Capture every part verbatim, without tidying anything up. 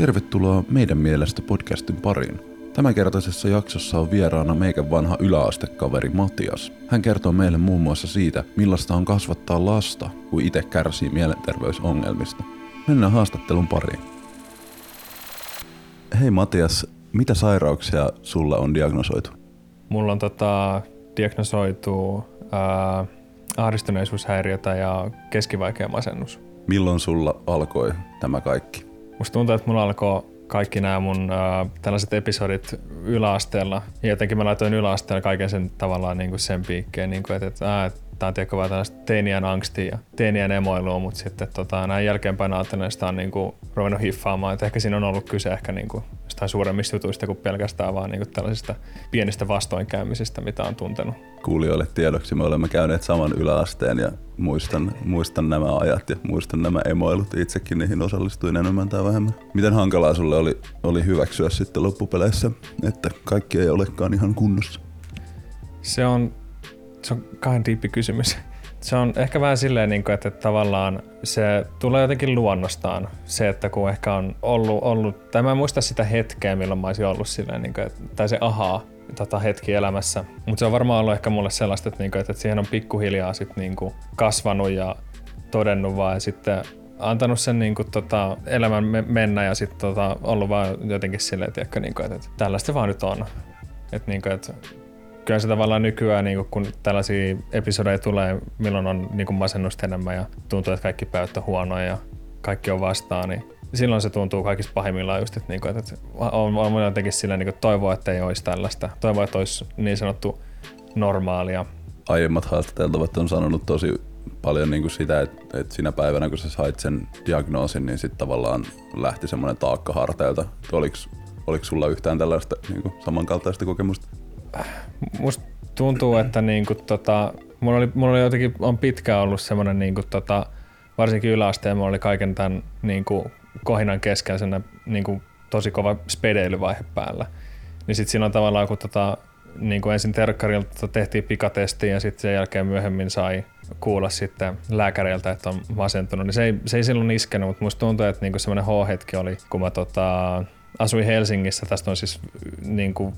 Tervetuloa meidän mielestä podcastin pariin. Tämänkertaisessa jaksossa on vieraana meikän vanha yläastekaveri Matias. Hän kertoo meille muun muassa siitä, millaista on kasvattaa lasta, kun itse kärsii mielenterveysongelmista. Mennään haastattelun pariin. Hei Matias, mitä sairauksia sulla on diagnosoitu? Mulla on tota, diagnosoitu ää, ahdistuneisuushäiriötä ja keskivaikea masennus. Milloin sulla alkoi tämä kaikki? Musta tuntuu, että mulla alkoi kaikki nämä mun ää, tällaiset episodit yläasteella. Ja jotenkin mä laitoin yläasteella kaiken sen tavallaan niin kuin sen piikkeen, niin kuin, että, että ää, tää on tiedätkö vaan tällaista teiniän angstia ja teiniän emoilua, mutta sitten tota, näin jälkeenpäin ajattelen, että sitä on niin kuin ruvennut hiffaamaan. Että ehkä siinä on ollut kyse ehkä niin kuin jostain suuremmista jutuista kuin pelkästään vaan niin kuin tällaisista pienistä vastoinkäymisistä, mitä on tuntenut. Kuulijoille tiedoksi, me olemme käyneet saman yläasteen ja muistan, muistan nämä ajat ja muistan nämä emoilut. Itsekin niihin osallistuin enemmän tai vähemmän. Miten hankalaa sulle oli, oli hyväksyä sitten loppupeleissä, että kaikki ei olekaan ihan kunnossa? Se on, se on kahden diippi kysymys. Se on ehkä vähän silleen, että tavallaan se tulee jotenkin luonnostaan. Se, että kun ehkä on ollut, ollut tai mä en muista sitä hetkeä, milloin mä olisin ollut silleen, tai se ahaa tota hetki elämässä. Mutta se on varmaan ollut ehkä mulle sellaista, että, että siihen on pikkuhiljaa sit kasvanut ja todennut vaan ja sitten antanut sen niin kuin, tota, elämän mennä ja sitten tota, ollut vaan jotenkin silleen, tiedätkö, niin kuin, että tällaista vaan nyt on. Että, niin kuin, että kyllä se tavallaan nykyään, niin kun tällaisia episodeja tulee, milloin on niin masennusta enemmän ja tuntuu, että kaikki päivät on huonoja ja kaikki on vastaan, niin silloin se tuntuu kaikista pahimmillaan just, että, niin kuin, että on, on jotenkin silleen, niin toivoa, että ei olisi tällaista. Toivoa, että olisi niin sanottu normaalia. Aiemmat haastateltavat on sanonut tosi paljon niin kuin sitä, että, että sinä päivänä, kun sä sait sen diagnoosin, niin sitten tavallaan lähti semmoinen taakka harteilta. Oliko, oliko sulla yhtään tällaista niin kuin samankaltaista kokemusta? Musta tuntuu, että niinku tota, mulla oli, mulla oli jotenkin on pitkään ollut semmoinen niinku tota, varsinkin yläasteen mulla oli kaiken tämän niinku kohinan keskellä semmoinen niinku tosi kova spedeilyvaihe päällä. Niin sit silloin tavallaan kun tota, niinku ensin terkkarilta tehtiin pikatesti ja sitten sen jälkeen myöhemmin sai kuulla sitten lääkäriltä, että on masentunut, niin se ei, se ei silloin iskenyt, mutta musta tuntuu, että niinku semmoinen H-hetki oli, kun mä tota, asuin Helsingissä, tästä on siis niin kuin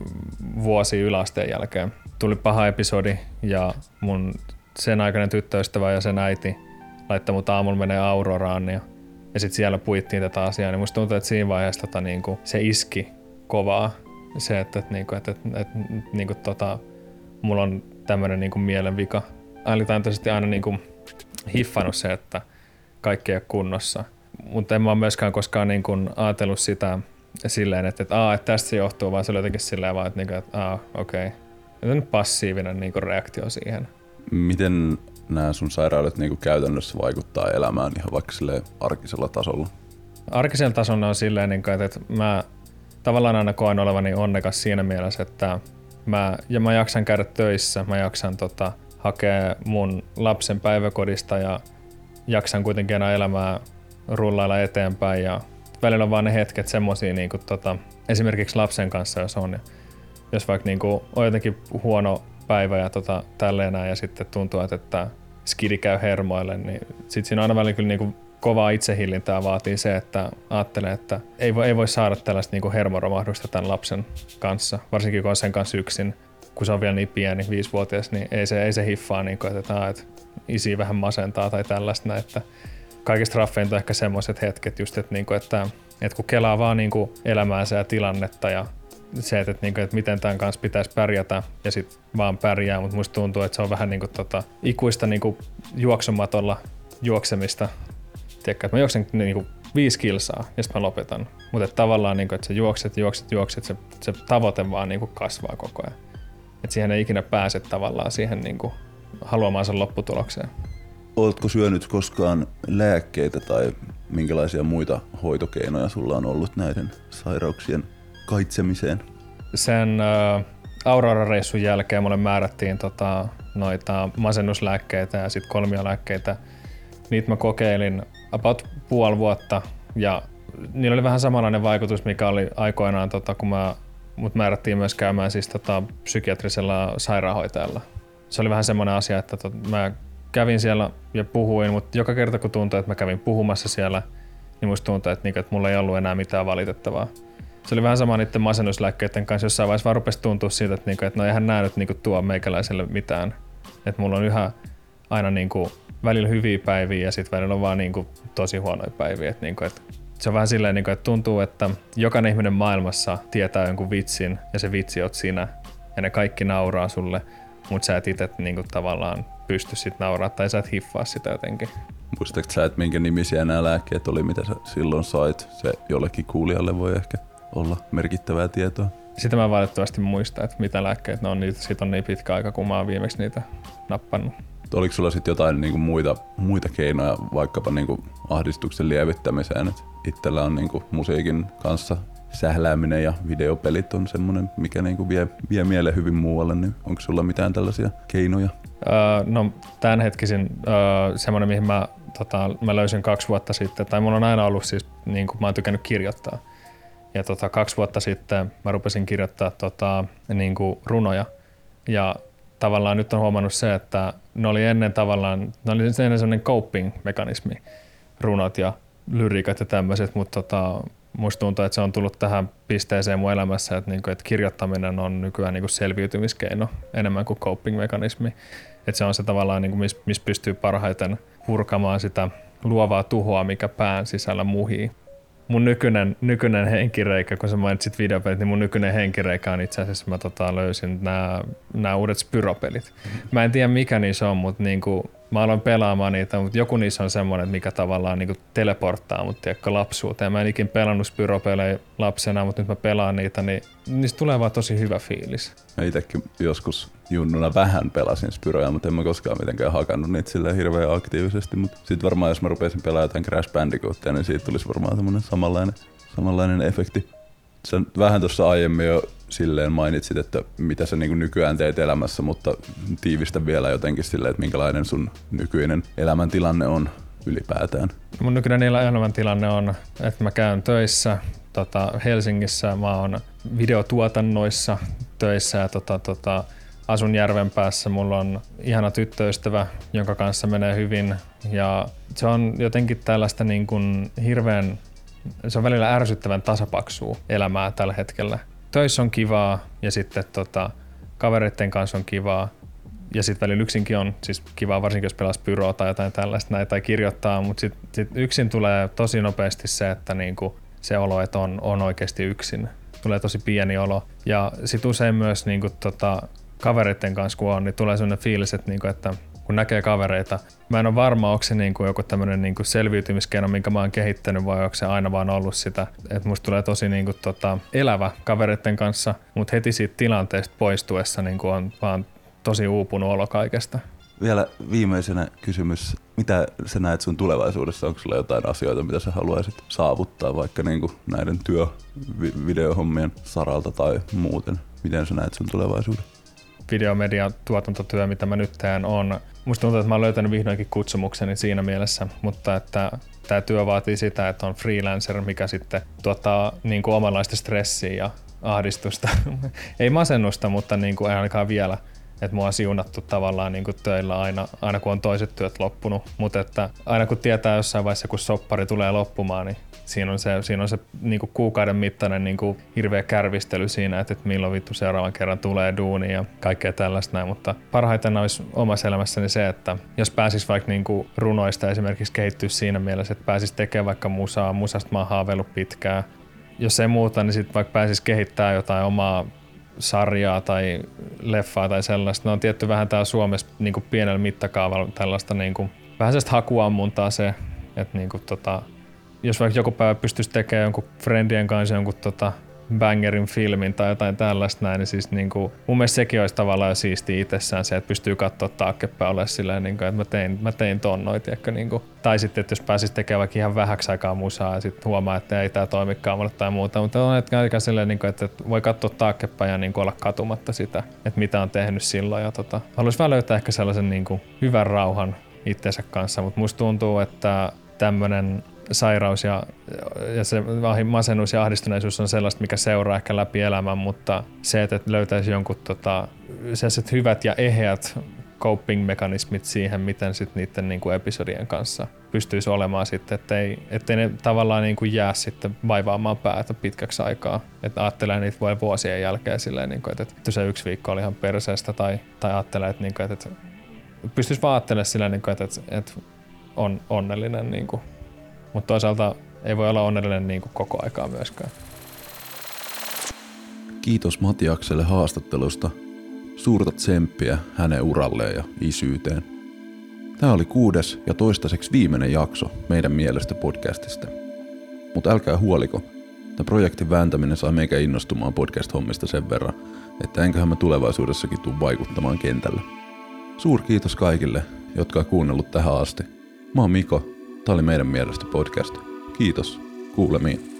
vuosi yläasteen jälkeen. Tuli paha episodi ja mun sen aikainen tyttöystävä ja sen äiti laittoi mut aamulla menee Auroraan ja, ja sit siellä puittiin tätä asiaa. Niin musta tuntuu, että siinä vaiheessa tota, niin kuin, se iski kovaa. Se, että, että, että, että, että, että niin kuin, tota, mulla on tämmönen niin kuin mielenvika. Älitaintoisesti aina niin kuin, hiffannut se, että kaikki ei ole kunnossa. Mutta en mä ole myöskään koskaan niin kun ajatellut sitä silleen, että, että, aa, että tästä se johtuu, vaan se oli jotenkin silleen vaan, että, että aa, okei. Okay. Passiivinen niin kun reaktio siihen. Miten nämä sun sairaudet niin kun käytännössä vaikuttaa elämään ihan vaikka silleen arkisella tasolla? Arkisella tasolla on silleen, että, että mä tavallaan aina koen olevani onnekas siinä mielessä, että mä, ja mä jaksan käydä töissä, mä jaksan tota, hakea mun lapsen päiväkodista ja jaksan kuitenkin aina elämää rullailla eteenpäin ja välillä on vaan ne hetket semmosia niinku tota, esimerkiksi lapsen kanssa jos on. Ja jos vaikka niinku on jotenkin huono päivä ja tota, tälleen näin ja sitten tuntuu, että, että skidi käy hermoille, niin sit siinä aina välillä kyllä niinku kovaa itsehillintää vaatii se, että ajattelee, että ei voi, ei voi saada tällaista niinku hermoromahdusta tämän lapsen kanssa, varsinkin kun on sen kanssa yksin. Kun se on vielä niin pieni, viisivuotias, niin ei se, ei se hiffaa, niinku, että, että isi vähän masentaa tai tällaista. Että kaikista raffeinta on ehkä semmoiset hetket, just, että, että, että kun kelaa vaan elämäänsä ja tilannetta ja se, että, että, että miten tämän kanssa pitäisi pärjätä ja sitten vaan pärjää, mutta musta tuntuu, että se on vähän niin kuin, tota, ikuista niin kuin juoksumatolla juoksemista. Tiedätkö, että mä juoksen niin kuin viisi kilsaa ja sitten mä lopetan, mutta että tavallaan, niin kuin, että sä juokset, juokset, juokset, se, se tavoite vaan niin kuin kasvaa koko ajan. Että siihen ei ikinä pääse tavallaan siihen niin kuin haluamaansa lopputulokseen. Oletko syönyt koskaan lääkkeitä tai minkälaisia muita hoitokeinoja sulla on ollut näiden sairauksien kaitsemiseen? Sen äh, Aurora-reissun jälkeen mulle määrättiin tota, noita masennuslääkkeitä ja sitten kolmiolääkkeitä. Niitä mä kokeilin about puoli vuotta ja niillä oli vähän samanlainen vaikutus, mikä oli aikoinaan, tota, kun mä, mut määrättiin myös käymään siis, tota, psykiatrisella sairaanhoitajalla. Se oli vähän semmoinen asia, että tota, mä kävin siellä ja puhuin, mutta joka kerta kun tuntui, että mä kävin puhumassa siellä, niin musta tuntuu, että, niinku, että mulla ei ollut enää mitään valitettavaa. Se oli vähän sama niiden masennuslääkkeiden kanssa, jossain vaiheessa vaan rupesi tuntua siitä, että, niinku, että no eihän nää nyt niinku, tuo meikäläiselle mitään. Että mulla on yhä aina niinku, välillä hyviä päiviä ja sitten välillä on vaan niinku, tosi huonoja päiviä. Et, niinku, et, se on vähän silleen, niinku, että tuntuu, että jokainen ihminen maailmassa tietää jonkun vitsin ja se vitsi oot sinä ja ne kaikki nauraa sulle, mutta sä et itse niinku, tavallaan pysty sit nauraa tai sä et hiffaa sitä jotenkin. Muistatko sä, että minkä nimisiä nämä lääkkeet oli, mitä sä silloin sait? Se jollekin kuulijalle voi ehkä olla merkittävää tietoa. Sitä mä valitettavasti muistan, että mitä lääkkeet ne on. Niitä, siitä on niin pitkä aika, kun mä oon viimeksi niitä nappannut. Oliko sulla sitten jotain niinku muita, muita keinoja vaikkapa niinku ahdistuksen lievittämiseen? Et itsellä on niinku musiikin kanssa sählääminen ja videopelit on semmoinen, mikä niinku vie, vie mielen hyvin muualle. Niin onko sulla mitään tällaisia keinoja? Öö, no tämänhetkisin öö, semmoinen, mihin mä, tota, mä löysin kaksi vuotta sitten, tai mulla on aina ollut siis, niin kuin mä oon tykännyt kirjoittaa. Ja tota, kaksi vuotta sitten mä rupesin kirjoittaa tota, niin kuin runoja. Ja tavallaan nyt on huomannut se, että ne oli ennen tavallaan, ne oli ennen semmoinen coping-mekanismi, runot ja lyriikat ja tämmöiset, mutta tota, musta tuntuu, että se on tullut tähän pisteeseen mun elämässä, että, niinku, että kirjoittaminen on nykyään niinku selviytymiskeino enemmän kuin coping-mekanismi. Että se on se tavallaan, niinku, missä mis pystyy parhaiten purkamaan sitä luovaa tuhoa, mikä pään sisällä muhii. Mun nykyinen, nykyinen henkireikä, kun sä mainitsit videopelit, niin mun nykyinen henkireikä on itse asiassa, mä tota, löysin nämä uudet Spyro-pelit. Mä en tiedä mikä niissä on, mutta niinku, mä aloin pelaamaan niitä, mutta joku niissä on semmoinen, mikä tavallaan niinku teleporttaa mut tiedätkö, lapsuuteen. Mä en ikin pelannut Spyro-pelejä lapsena, mutta nyt mä pelaan niitä, niin niistä tulee vaan tosi hyvä fiilis. Mä itekin joskus junnuna vähän pelasin Spyroja, mutta en mä koskaan mitenkään hakannut niitä silleen hirveän aktiivisesti. Mutta sit varmaan jos mä rupesin pelaamaan jotain Crash Bandicootia, niin siitä tulisi varmaan semmonen samanlainen, samanlainen efekti. Sä vähän tuossa aiemmin jo silleen mainitsit, että mitä sä niinku nykyään teet elämässä, mutta tiivistä vielä jotenkin silleen, että minkälainen sun nykyinen elämäntilanne on ylipäätään. Mun nykyinen elämäntilanne on, että mä käyn töissä tota, Helsingissä, mä oon videotuotannoissa töissä ja tota, tota, asun Järvenpäässä, mulla on ihana tyttöystävä, jonka kanssa menee hyvin ja se on jotenkin tällaista niin kuin hirveän, se on välillä ärsyttävän tasapaksua elämää tällä hetkellä. Töissä on kivaa ja sitten tota, kavereiden kanssa on kivaa ja sitten välillä yksinkin on siis kivaa, varsinkin jos pelaa Spyroa tai jotain tällaista näin, tai kirjoittaa, mutta sitten sit yksin tulee tosi nopeasti se, että niinku se olo, että on, on oikeasti yksin. Tulee tosi pieni olo ja sitten usein myös niinku tota, kavereiden kanssa kun on, niin tulee sellainen fiilis, että, niinku, että kun näkee kavereita, mä en ole varma, onko se niinku joku tämmöinen niinku selviytymiskeino, minkä mä oon kehittänyt, vai onko se aina vaan ollut sitä. Että musta tulee tosi niinku tota, elävä kavereiden kanssa, mutta heti siitä tilanteesta poistuessa niinku on vaan tosi uupunut olo kaikesta. Vielä viimeisenä kysymys. Mitä sä näet sun tulevaisuudessa? Onko sulla jotain asioita, mitä sä haluaisit saavuttaa vaikka niinku näiden työvideohommien saralta tai muuten? Miten sä näet sun tulevaisuuden? Videomedian tuotantotyö, mitä mä nyt teen, on. Musta tuntuu, että mä oon löytänyt vihdoinkin kutsumukseni siinä mielessä, mutta että tämä työ vaatii sitä, että on freelancer, mikä sitten tuottaa niin kuin omanlaista stressiä ja ahdistusta. Ei masennusta, mutta niin kuin ei ainakaan vielä. Että mua on siunattu tavallaan niin kuin töillä aina, aina, kun on toiset työt loppunut. Mutta että aina kun tietää jossain vaiheessa, kun soppari tulee loppumaan, niin siinä on se, siinä on se niin kuin kuukauden mittainen niin kuin hirveä kärvistely siinä, että, että milloin vittu seuraavan kerran tulee duuni ja kaikkea tällaista näin. Mutta parhaiten olisi omassa elämässäni se, että jos pääsis vaikka niin kuin runoista esimerkiksi kehittyä siinä mielessä, että pääsis tekemään vaikka musaa, musasta mä oon haaveillut pitkään. Jos ei muuta, niin sitten vaikka pääsis kehittämään jotain omaa sarjaa tai leffaa tai sellaista. Ne on tietty vähän täällä Suomessa niin kuin pienellä mittakaavalla tällaista niin kuin, vähän sellaista hakuammuntaa se, että niin kuin, tota, jos vaikka joku päivä pystyisi tekemään jonkun friendien kanssa jonkun tota, bangerin filmin tai jotain tällaista näin, niin siis niin kuin, mun mielestä sekin olisi tavallaan jo siistiä itsessään se, että pystyy katsoa taaksepäin olemaan silleen, niin kuin, että mä tein, mä tein ton noin, tiedätkö, niin kuin. Tai sitten, että jos pääsisi tekemään vaikka ihan vähäksi aikaa musaa ja sitten huomaa, että ei tää toimikaan mulle tai muuta, mutta on aika silleen, niin kuin, että voi katsoa taaksepäin ja niin kuin, olla katumatta sitä, että mitä on tehnyt silloin ja tota, haluaisin vähän löytää ehkä sellaisen niin kuin, hyvän rauhan itsensä kanssa, mutta musta tuntuu, että tämmönen sairaus ja, ja se masennus ja ahdistuneisuus on sellaista, mikä seuraa ehkä läpi elämän, mutta se, että löytäisi jonkun tota, sellaiset hyvät ja eheät coping-mekanismit siihen, miten sitten niiden niin kuin episodien kanssa pystyisi olemaan sitten, ettei, ettei ne tavallaan niin kuin jää sitten vaivaamaan päätä pitkäksi aikaa. Että ajattelee niitä voi vuosien jälkeen silleen, niin kuin, että, että se yksi viikko oli ihan perseestä tai, tai ajattelee, että, niin kuin, että, että pystyisi vaan ajattelemaan silleen, niin kuin, että, että, että on onnellinen, niin kuin. Mutta toisaalta ei voi olla onnellinen niin kuin koko aikaa myöskään. Kiitos Matiakselle haastattelusta. Suurta tsemppiä hänen uralleen ja isyyteen. Tämä oli kuudes ja toistaiseksi viimeinen jakso meidän mielestä podcastista. Mutta älkää huoliko, tämä projektin vääntäminen sai meikä innostumaan podcast-hommista sen verran, että enköhän mä tulevaisuudessakin tule vaikuttamaan kentällä. Suur kiitos kaikille, jotka on kuunnellut tähän asti. Mä oon Miko, tää oli meidän mielestä podcast. Kiitos, kuulemiin.